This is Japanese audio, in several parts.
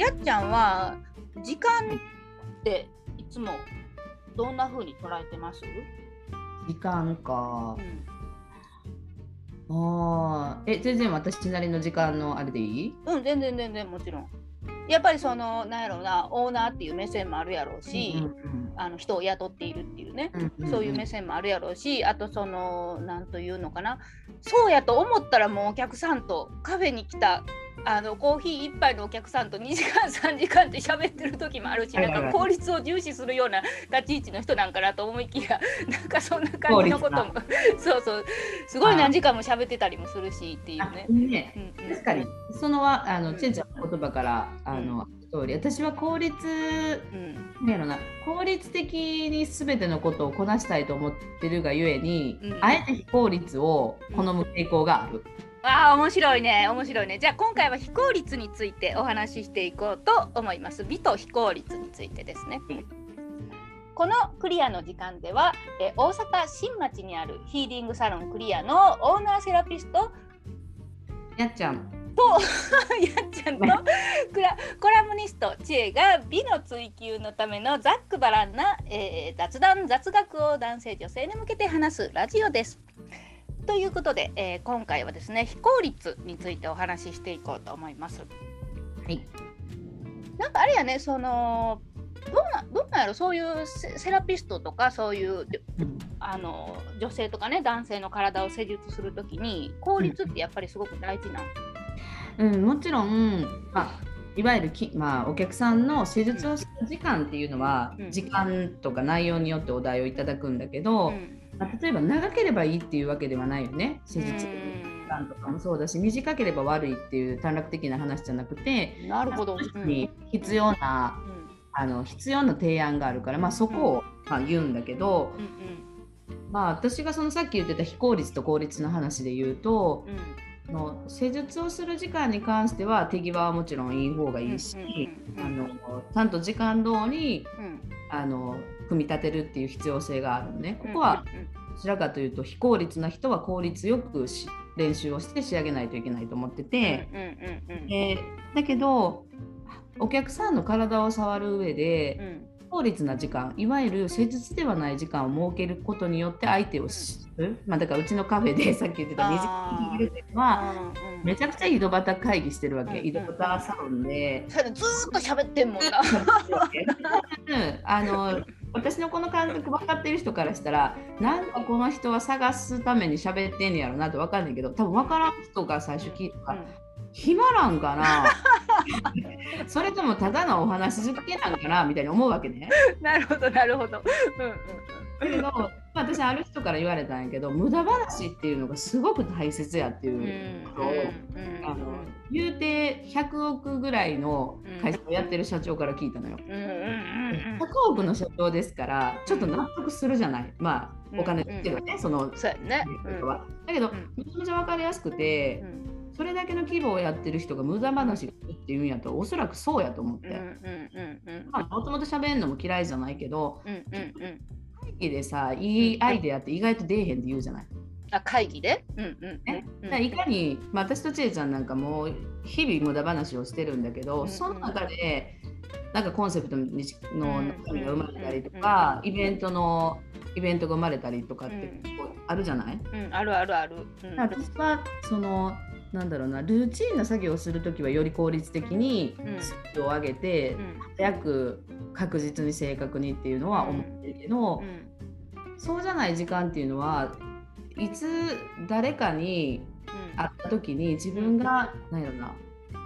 っちゃんは時間っていつもどんな風に捉えてます？ 時間か。 うん、 全然私なりの時間のあれでいい？ 全然もちろん。やっぱりそのなんやろうな、オーナーっていう目線もあるやろうし、人を雇っているっていうね、そういう目線もあるやろうし、あとそのなんというのかな、そうやと思ったらもうお客さんとカフェに来たコーヒー一杯のお客さんと2時間3時間って喋ってる時もあるし、なんか効率を重視するような立ち位置の人なんかなと思いきや、なんかそんな感じのこともそうすごい何時間も喋ってたりもするしっていうね。 確かにそのチェンちゃんの言葉から通り、私は効率的に全てのことをこなしたいと思ってるがゆえに、あえて非効率を好む傾向がある。 面白いね。じゃあ今回は非効率についてお話ししていこうと思います。美と非効率についてですね。このクリアの時間では、大阪新町にあるヒーリングサロンクリアのオーナーセラピストやっちゃんとコラムニスト知恵が美の追求のためのざっくばらんな、雑学を男性女性に向けて話すラジオです。ということで、今回はですね、非効率についてお話ししていこうと思います。 はい。 なんかあれやね、そのどうなんやろ、そういうセラピストとかそういう女性とかね、男性の体を施術するときに効率ってやっぱりすごく大事な。 もちろん、いわゆるお客さんの施術をする時間っていうのは、時間とか内容によってお題をいただくんだけど、例えば長ければいいっていうわけではないよね。施術時間とかもそうだし、短ければ悪いっていう短絡的な話じゃなくて、 なるほど、 必要な提案があるから、そこを言うんだけど、私がそのさっき言ってた非効率と効率の話で言うと、施術をする時間に関しては手際はもちろんいい方がいいし、ちゃんと時間通り、組み立てるっていう必要性があるのね。ここはどちらかというと非効率な人は効率よく練習をして仕上げないといけないと思ってて、だけどお客さんの体を触る上で、効率な時間、いわゆる施術ではない時間を設けることによって相手を知る、だからうちのカフェでさっき言ってた2時間切るっていうのは、めちゃくちゃ井戸端会議してるわけ。井戸端サロンでずーっと喋ってんもんな。 私のこの感覚分かってる人からしたら、なんかこの人は探すために喋ってんねやろなって分かんないけど、多分分からん人が最初聞いたから、暇なんかなそれともただのお話好きなんかなみたいに思うわけね。 なるほど。 だけど私ある人から言われたんやけど、無駄話っていうのがすごく大切やっていうことを言うて100億ぐらいの会社をやってる社長から聞いたのよ。100億の社長ですからちょっと納得するじゃない。お金っていうのはね、 そうやね。 だけどめちゃめちゃ分かりやすくて、それだけの規模をやってる人が無駄話がいいっていうんやとおそらくそうやと思って、もともと喋るのも嫌いじゃないけど、会議でさ、いいアイデアって意外と出えへんって言うじゃない。 会議で、 いかに、私とちえちゃんなんかも日々無駄話をしてるんだけど、その中でなんかコンセプトの中身が生まれたりとか、イベントが生まれたりとかってあるじゃない。 ある。 私はなんだろうな、ルーチンな作業をするときはより効率的にスピードを上げて、早く確実に正確にっていうのは思ってるけど、そうじゃない時間っていうのはいつ誰かに会ったときに自分が何やろな、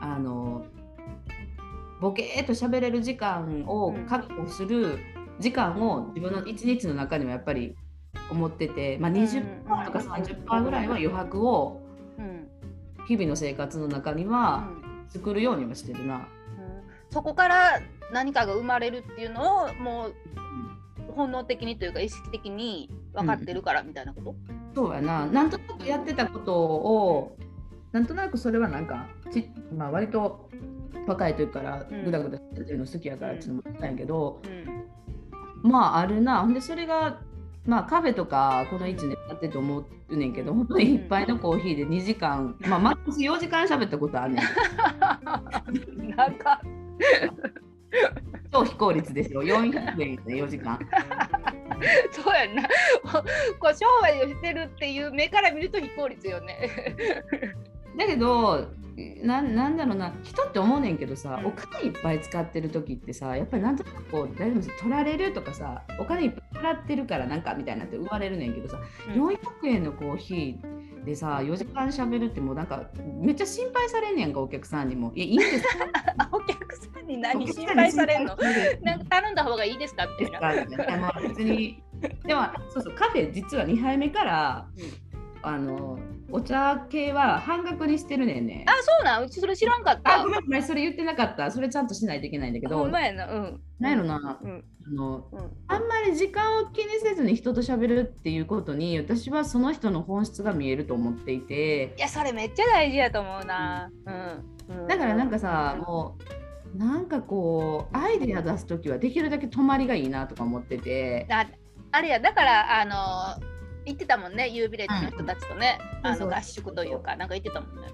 ボケーっと喋れる時間を確保する時間を自分の一日の中にはやっぱり思ってて、20% とか 30% ぐらいは余白を日々の生活の中には作るようにはしてるな。 そこから何かが生まれるっていうのをもう本能的にというか意識的に分かってるからみたいなこと、 そうやな。なんとなくやってたことをなんとなくそれはなんか割と若い時からグダグダしてるの好きやからっていうのもあったんやけど、あるな。でそれがカフェとかこの1年やってて思うねんけど、本当に1杯のコーヒーで2時間、マックス4時間喋ったことあるねん。 超非効率ですよ。400円で4時間。 そうやんな。こう商売をしてるっていう目から見ると非効率よね。 だけどなんだろうな、人って思うねんけどさ、お金いっぱい使ってる時ってさ、やっぱりなんとなくこう誰でも取られるとかさ、お金いっぱい払ってるからなんかみたいなって言われるねんけどさ、400円のコーヒーでさ4時間しゃべるってもうなんかめっちゃ心配されんねやんか、お客さんにも。いいんですかお客さんに何心配されんの？なんか頼んだ方がいいですかみたいな。 別にでもそうそう、カフェ実は2杯目から、お茶系は半額にしてるねんね。 あ、そうなん、うちそれ知らんかった。 ごめん、それ言ってなかった。それちゃんとしないといけないんだけど。 ほんまやな。 なんやろな、あんまり時間を気にせずに人と喋るっていうことに、私はその人の本質が見えると思っていて。 いや、それめっちゃ大事やと思うな。 だからなんかさ、もうなんかこうアイデア出すときはできるだけ泊まりがいいなとか思ってて。 あれや、だから言ってたもんね、ユービレッジの人たちとね、合宿というか、なんか言ってたもんね。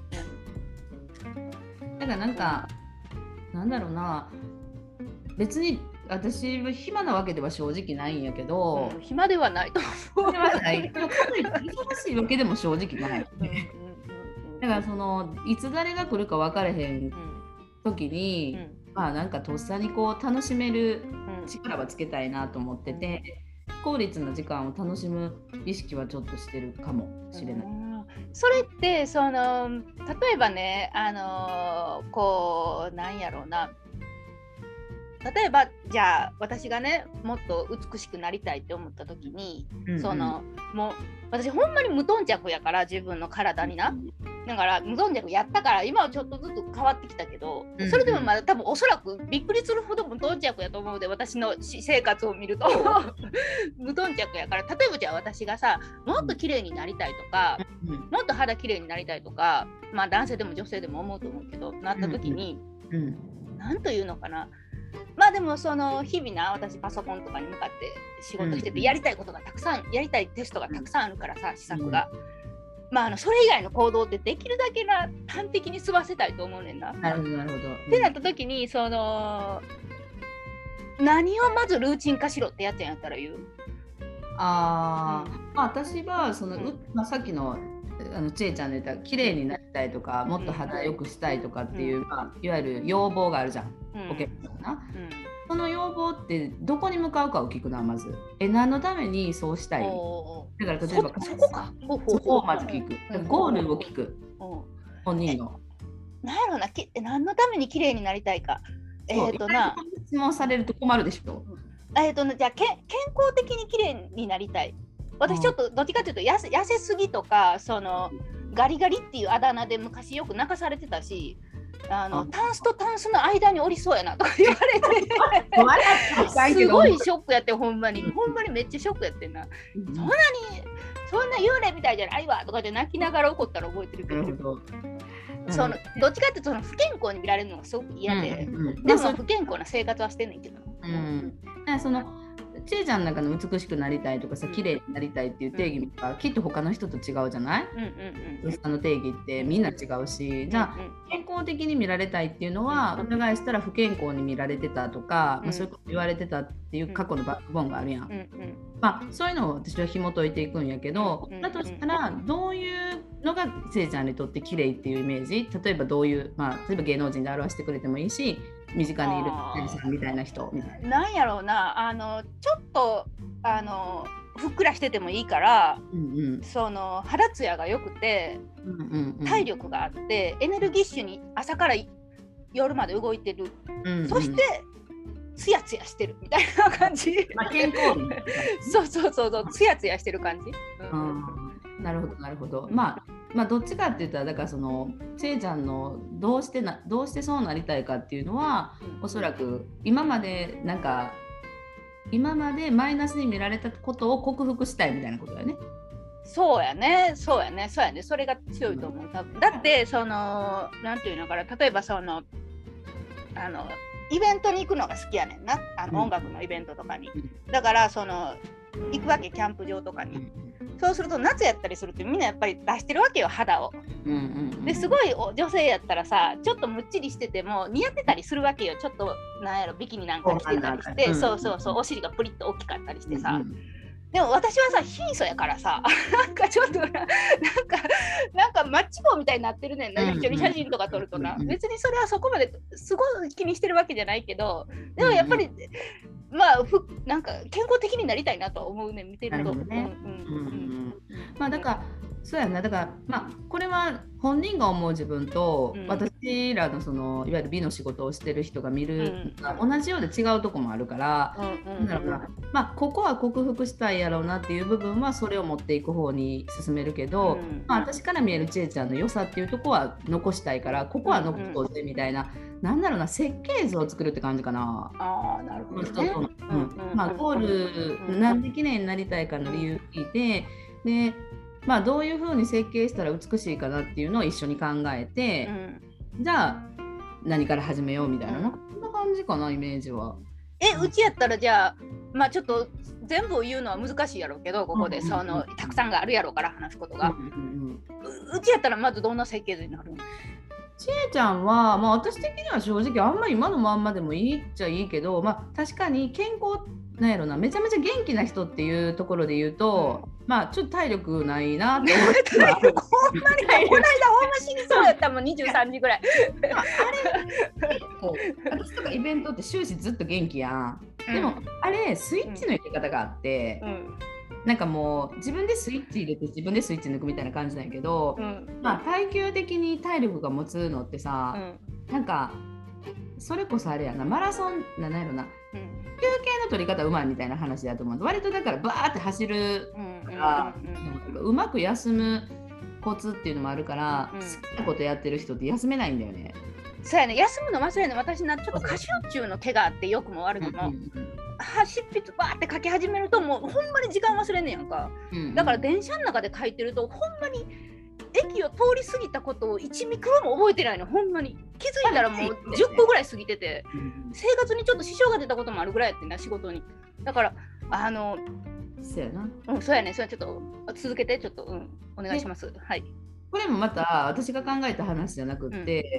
だからなんか、なんだろうな、別に私は暇なわけでは正直ないんやけど、 暇ではないと思う。 暇はない。でも忙しいわけでも正直ない。だからそのいつ誰が来るか分からへん時に、まあなんかとっさにこう楽しめる力はつけたいなと思ってて。非効率な時間を楽しむ意識はちょっとしてるかもしれない。 それってその例えばね、こうなんやろうな、例えばじゃあ私がねもっと美しくなりたいって思った時に、もう私ほんまに無頓着やから、自分の体にな。だから無頓着やったから今はちょっとずつ変わってきたけど、それでもまだ多分おそらくびっくりするほど無頓着やと思うで、私の生活を見ると無頓着やから。例えばじゃあ私がさ、もっと綺麗になりたいとか、もっと肌綺麗になりたいとか、まあ男性でも女性でも思うと思うけど、なった時に、なんというのかな、まあでもその日々な、私パソコンとかに向かって仕事してて、やりたいことがたくさん、やりたいテストがたくさんあるからさ、施策が。まあそれ以外の行動ってできるだけな端的に済ませたいと思うねんな。 なるほどなるほど。 ってなった時に、その何をまずルーチン化しろってやつやったら言う？ まあ私はその、さっきのちえちゃんの言った綺麗になりたいとか、もっと肌良くしたいとかっていう、まあ、いわゆる要望があるじゃん、お客さんな。その要望ってどこに向かうかを聞くのはまず、何のためにそうしたい？だから例えばそこをまず聞く。ゴールを聞く。本人の。 なんやろな、何のために綺麗になりたいか。 質問されると困るでしょ。 じゃあ健康的に綺麗になりたい。私ちょっとどっちかというと痩せすぎとか、そのガリガリっていうあだ名で昔よく泣かされてたし、タンスとタンスの間におりそうやなとか言われてすごいショックやって、ほんまにめっちゃショックやってんな。そんな幽霊みたいじゃないわとかで泣きながら怒ったら覚えてるけど、そのどっちかっていうとその不健康に見られるのがすごく嫌で、でも不健康な生活はしてんねんけど、 そのちえちゃんの中の美しくなりたいとかさ、綺麗になりたいっていう定義がきっと他の人と違うじゃない？その定義ってみんな違うし、じゃあ健康的に見られたいっていうのは、裏返したら不健康に見られてたとか、そういうこと言われてたっていう過去のバックボーンがあるやん。まあそういうのを私は紐解いていくんやけど、だとしたらどういうのがちえちゃんにとって綺麗っていうイメージ？例えばどういう、まあ例えば芸能人で表してくれてもいいし、身近にいるさんみたいな人みたいな。 なんやろうな、ちょっとふっくらしててもいいから、その肌ツヤが良くて、体力があってエネルギッシュに朝から夜まで動いてる、そしてツヤツヤしてるみたいな感じ。 健康そうツヤツヤしてる感じ。 なるほどなるほど。まあどっちかって言ったら、だからそのちえちゃんのどうしてそうなりたいかっていうのは、おそらく今までマイナスに見られたことを克服したいみたいなことだよね。そうやね。それが強いと思う。多分だってそのなんていうのかな、例えばそのイベントに行くのが好きやねんな、音楽のイベントとかに。だからその行くわけ、キャンプ場とかに。 そうすると夏やったりするとみんなやっぱり出してるわけよ、肌を。ですごい女性やったらさ、ちょっとむっちりしてても似合ってたりするわけよ。ちょっとなんやろ、ビキニなんか着てたりして、そうそうそう、お尻がプリッと大きかったりしてさ、でも私はさ、貧相やからさ、なんかちょっとなんかマッチ棒みたいになってるねんな、一緒に写真とか撮るとな。別にそれはそこまですごい気にしてるわけじゃないけど、でもやっぱり、まあなんか健康的になりたいなと思うね、見てると。 まあだからそうやな、だからまあこれは本人が思う自分と、私らのそのいわゆる美の仕事をしてる人が見る、同じようで違うとこもあるから、まあここは克服したいやろうなっていう部分はそれを持っていく方に進めるけど、まあ私から見えるちえちゃんの良さっていうとこは残したいから、ここは残そうぜみたいな、なんだろうな、設計図を作るって感じかな。 なるほどね。 まあゴールなんで綺麗になりたいかの理由聞いて、でまあどういう風に設計したら美しいかなっていうのを一緒に考えて、じゃあ何から始めようみたいな、こんな感じかな、イメージは。 うちやったらじゃあまあちょっと全部言うのは難しいやろうけど、ここでそのたくさんがあるやろうから話すことが、うちやったらまずどんな設計図になるの？ ちえちゃんは、まあ、私的には正直あんまり今のまんまでもいいっちゃいいけど、まあ、確かに健康なんやろな、めちゃめちゃ元気な人っていうところで言うと、まあちょっと体力ないなって思ってます。 ほんまにこの間ほんま死にそうやったもん、23時ぐらい。 あれ私とかイベントって終始ずっと元気やん。でもあれスイッチの入れ方があって、なんかもう自分でスイッチ入れて自分でスイッチ抜くみたいな感じなんやけど、まあ耐久的に体力が持つのってさ、なんかそれこそあれやな、マラソンなんやろな、休憩の取り方うまいみたいな話だと思う。割とだからバーって走るから、うまく休むコツっていうのもあるから、好きなことやってる人って休めないんだよね。 そうやね、休むの忘れね、私な、ちょっと過集中の手があって、よくも悪くも執筆バーって書き始めるともうほんまに時間忘れんねやんか。だから電車の中で書いてるとほんまに駅を通り過ぎたことを1ミクロも覚えてないの。ほんまに気づいたらもう10個ぐらい過ぎてて、生活にちょっと支障が出たこともあるぐらいやってんだ、仕事に。だからそうやな、 そうやね、それちょっと続けて、ちょっと、お願いします。はい。 これもまた私が考えた話じゃなくって、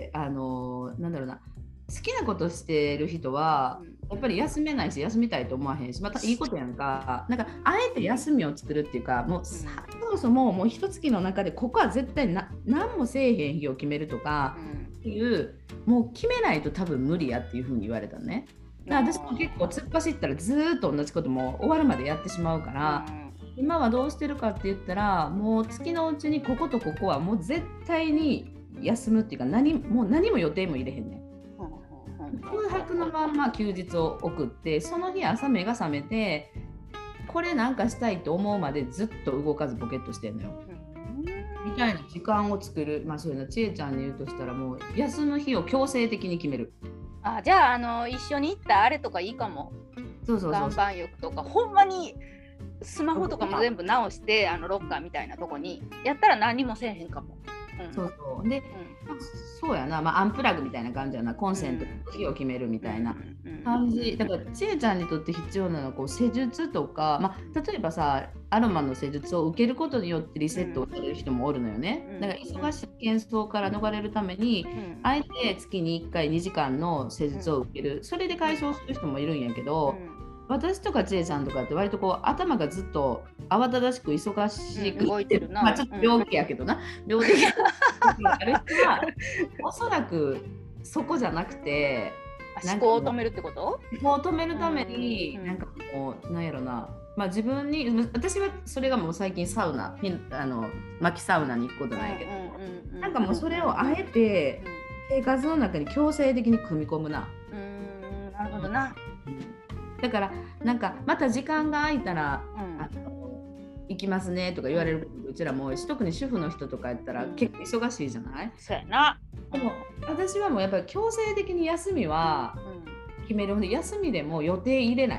なんだろうな、好きなことしてる人はやっぱり休めないし休みたいと思わへんし、またいいことやんか。なんかあえて休みを作るっていうか、もうそもそももう一月の中でここは絶対何もせえへん日を決めるとかっていう、もう決めないと多分無理やっていうふうに言われたのね。だから私も結構突っ走ったらずーっと同じことも終わるまでやってしまうから、今はどうしてるかって言ったら、もう月のうちにこことここはもう絶対に休むっていうか、もう何も予定も入れへんねん。空白のまんま休日を送って、その日朝目が覚めてこれなんかしたいと思うまでずっと動かずボケっとしてんのよ、みたいな時間を作る。まあそういうのちえちゃんに言うとしたら、もう休む日を強制的に決める。 じゃあ一緒に行ったあれとかいいかも。岩盤浴とかほんまにスマホとかも全部直してロッカーみたいなとこにやったら何もせえへんかも。 そうそうで、そうやな、まあ、アンプラグみたいな感じやな、コンセントの日を決めるみたいな感じ。だからちえちゃんにとって必要なのはこう施術とか、まあ、例えばさ、アロマの施術を受けることによってリセットをされる人もおるのよね。だから忙しい喧騒から逃れるために、あえて月に1回2時間の施術を受ける、それで解消する人もいるんやけど、私とかちえちゃんとかって割とこう頭がずっと慌ただしく忙しく動いてるな、 まあちょっと病気やけどな、病気がある人はおそらくそこじゃなくて、 思考を止めるってこと？ 思考を止めるために、なんかもうなんやろな、まあ自分に、私はそれがもう最近サウナ、薪サウナに行くことないけど、なんかもうそれをあえて生活の中に強制的に組み込むな。 なるほどな。 だからなんかまた時間が空いたら、行きますねとか言われるうちらも多いし、特に主婦の人とかやったら結構忙しいじゃない？ そうやな。 でも私はもうやっぱり強制的に休みは決めるので、休みでも予定入れない。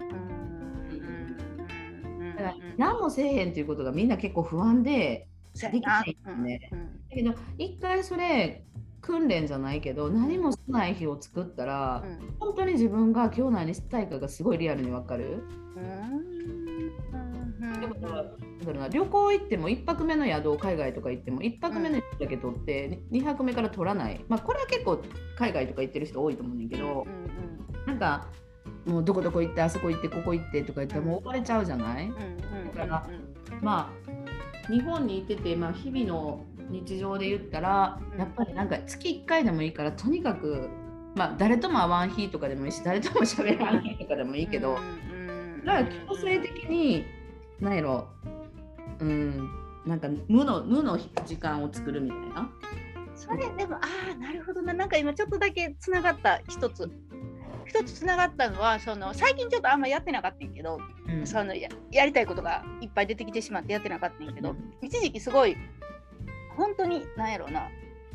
だから何もせえへんっていうことがみんな結構不安でできないんですね。だけど一回それ訓練じゃないけど、何もしない日を作ったら、本当に自分が今日何したいかがすごいリアルに分かる。 だから旅行行っても1泊目の宿を海外とか行っても1泊目の宿だけ取って2泊目から取らない、まあ、これは結構海外とか行ってる人多いと思うんだけど、なんかもうどこどこ行ってあそこ行ってここ行ってとか言ったらもう追われちゃうじゃない。だからまあ日本にいてて、まあ、日々の日常で言ったらやっぱりなんか月1回でもいいからとにかく、まあ、誰とも会わん日とかでもいいし誰とも喋らん日とかでもいいけど、だから強制的に何やろ、なんか無の時間を作るみたいな。 それでもなるほどな。なんか今ちょっとだけつながった一つつながったのは最近ちょっとあんまやってなかったんやけど、やりたいことがいっぱい出てきてしまってやってなかったんやけど、一時期すごい本当に何やろうな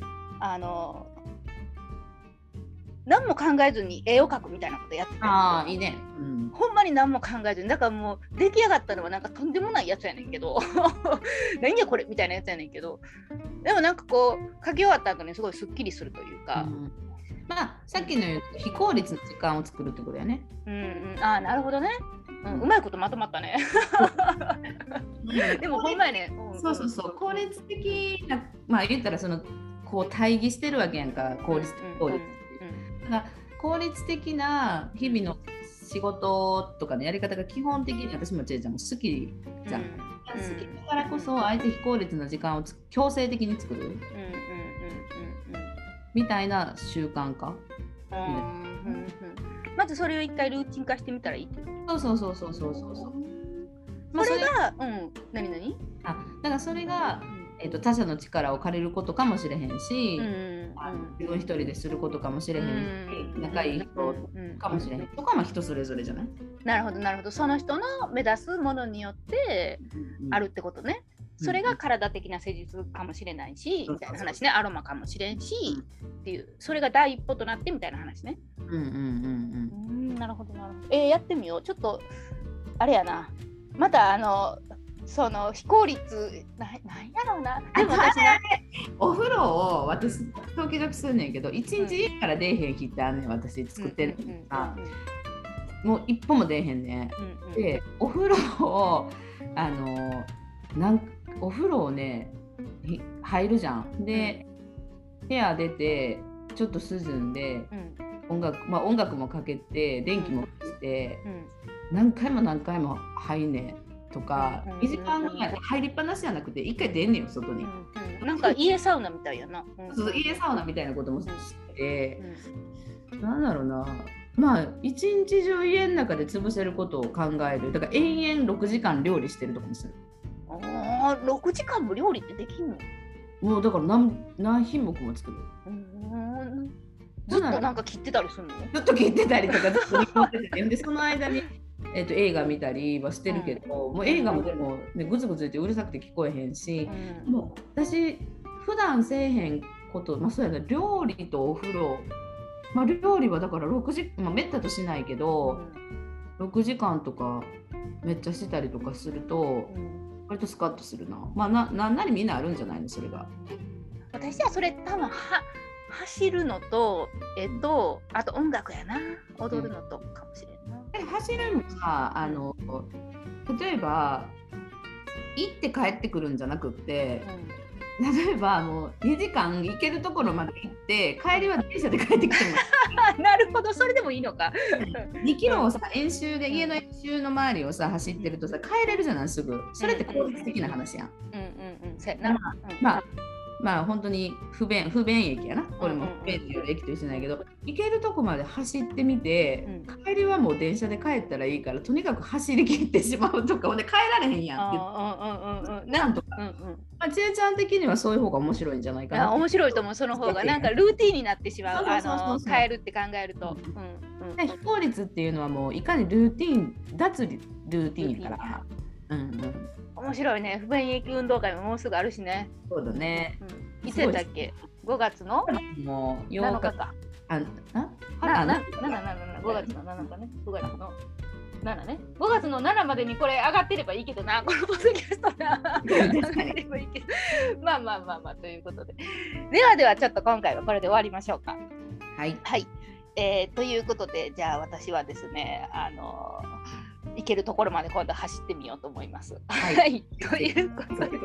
何も考えずに絵を描くみたいなことやってた。 いいね、 ほんまに何も考えずに、だからもう出来上がったのはなんかとんでもないやつやねんけど何やこれみたいなやつやねんけど、でもなんかこう描き終わった後にすごいすっきりするというか、 まあさっきの言う非効率の時間を作るってことだよね。 なるほどね、うまいことまとまったねでもほんまやね、 そう効率的な、まあ言ったらこう対義してるわけやんか、効率だから効率的な日々の仕事とかのやり方が基本的に私もちえちゃんも好きじゃん、好きだからこそあえて非効率な時間を強制的に作るみたいな習慣化。 まずそれを一回ルーチン化してみたらいいってこと。 そうそれが何だからそれが他者の力を借りることかもしれへんし、自分一人ですることかもしれへんし、仲いい人かもしれへんとかも人それぞれじゃない。 なるほどなるほど。その人の目指すものによってあるってことね。それが体的な施術かもしれないし、みたいな話ね。アロマかもしれんし、っていう、それが第一歩となってみたいな話ね。なるほどなるほど。やってみよう。ちょっとあれやな。また非効率なんやろうな。でも私お風呂を私時々するねんけど、一日家から出えへん日ってあんねん、私作ってるもう一歩も出えへんね、でお風呂をお風呂をね入るじゃん。で部屋出てちょっと涼んで、音楽もかけて電気も消して、何回も入んねんとか、2時間ぐらい入りっぱなしじゃなくて1回出んねんよ外に、 なんか家サウナみたいやな、 家サウナみたいなこともして、なんだろうな、まあ一日中家の中で潰せることを考える。だから延々6時間料理してるとかもする。 6時間も料理ってできんの？ もうだから何品目も作る。 ずっとなんか切ってたりするの？ ずっと切ってたりとかずっと煮込んでたりでその間に映画見たりはしてるけど、もう映画もでも、ね、グツグツ言ってうるさくて聞こえへんし、もう私普段せえへんこと、そうやな、料理とお風呂、料理はだから6時、めったとしないけど、6時間とかめっちゃしたりとかすると、割とスカッとするな。なんなりみんなあるんじゃないのそれが。 私はそれ多分走るのとあと音楽やな、踊るのとかもしれんな。 走るのさ、例えば行って帰ってくるんじゃなくって、例えばもう2時間行けるところまで行って帰りは電車で帰ってきてもなるほど、それでもいいのか。 2キロをさ演習で家の演習の周りをさ走ってるとさ帰れるじゃないすぐ。それって効率的な話やん。本当に不便駅やな。これも不便っていう駅と一緒ないけど、行けるとこまで走ってみて、帰りはもう電車で帰ったらいいからとにかく走り切ってしまうとかで帰られへんやんってなんとか。ちえちゃん的にはそういう方が面白いんじゃないかな。 面白いと思う。その方がなんかルーティンになってしまう。帰るって考えると。 非効率っていうのはもういかにルーティン脱ルーティンやから。 面白いね。不便駅運動会ももうすぐあるしね。 そうだね。 いつやったっけ？5月の7日か。5月の7日ね。5月の7ね。5月の7までにこれ上がってればいいけどな。このポッドキャストな。上がってればいいけど。まあということで。ではちょっと今回はこれで終わりましょうか。 はい。 ということで、じゃあ私はですね、 行けるところまで今度走ってみようと思います。 はい、 ということで、はい、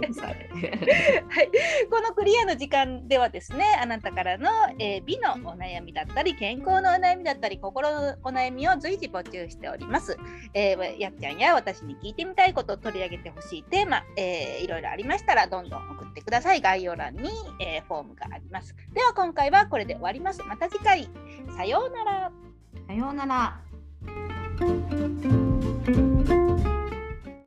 このクリアの時間ではですね、あなたからの、美のお悩みだったり健康のお悩みだったり心のお悩みを随時募集しております。やっちゃんや私に聞いてみたいことを取り上げてほしいテーマ、いろいろありましたらどんどん送ってください。概要欄に、フォームがあります。では今回はこれで終わります。また次回、さようなら。 さようなら。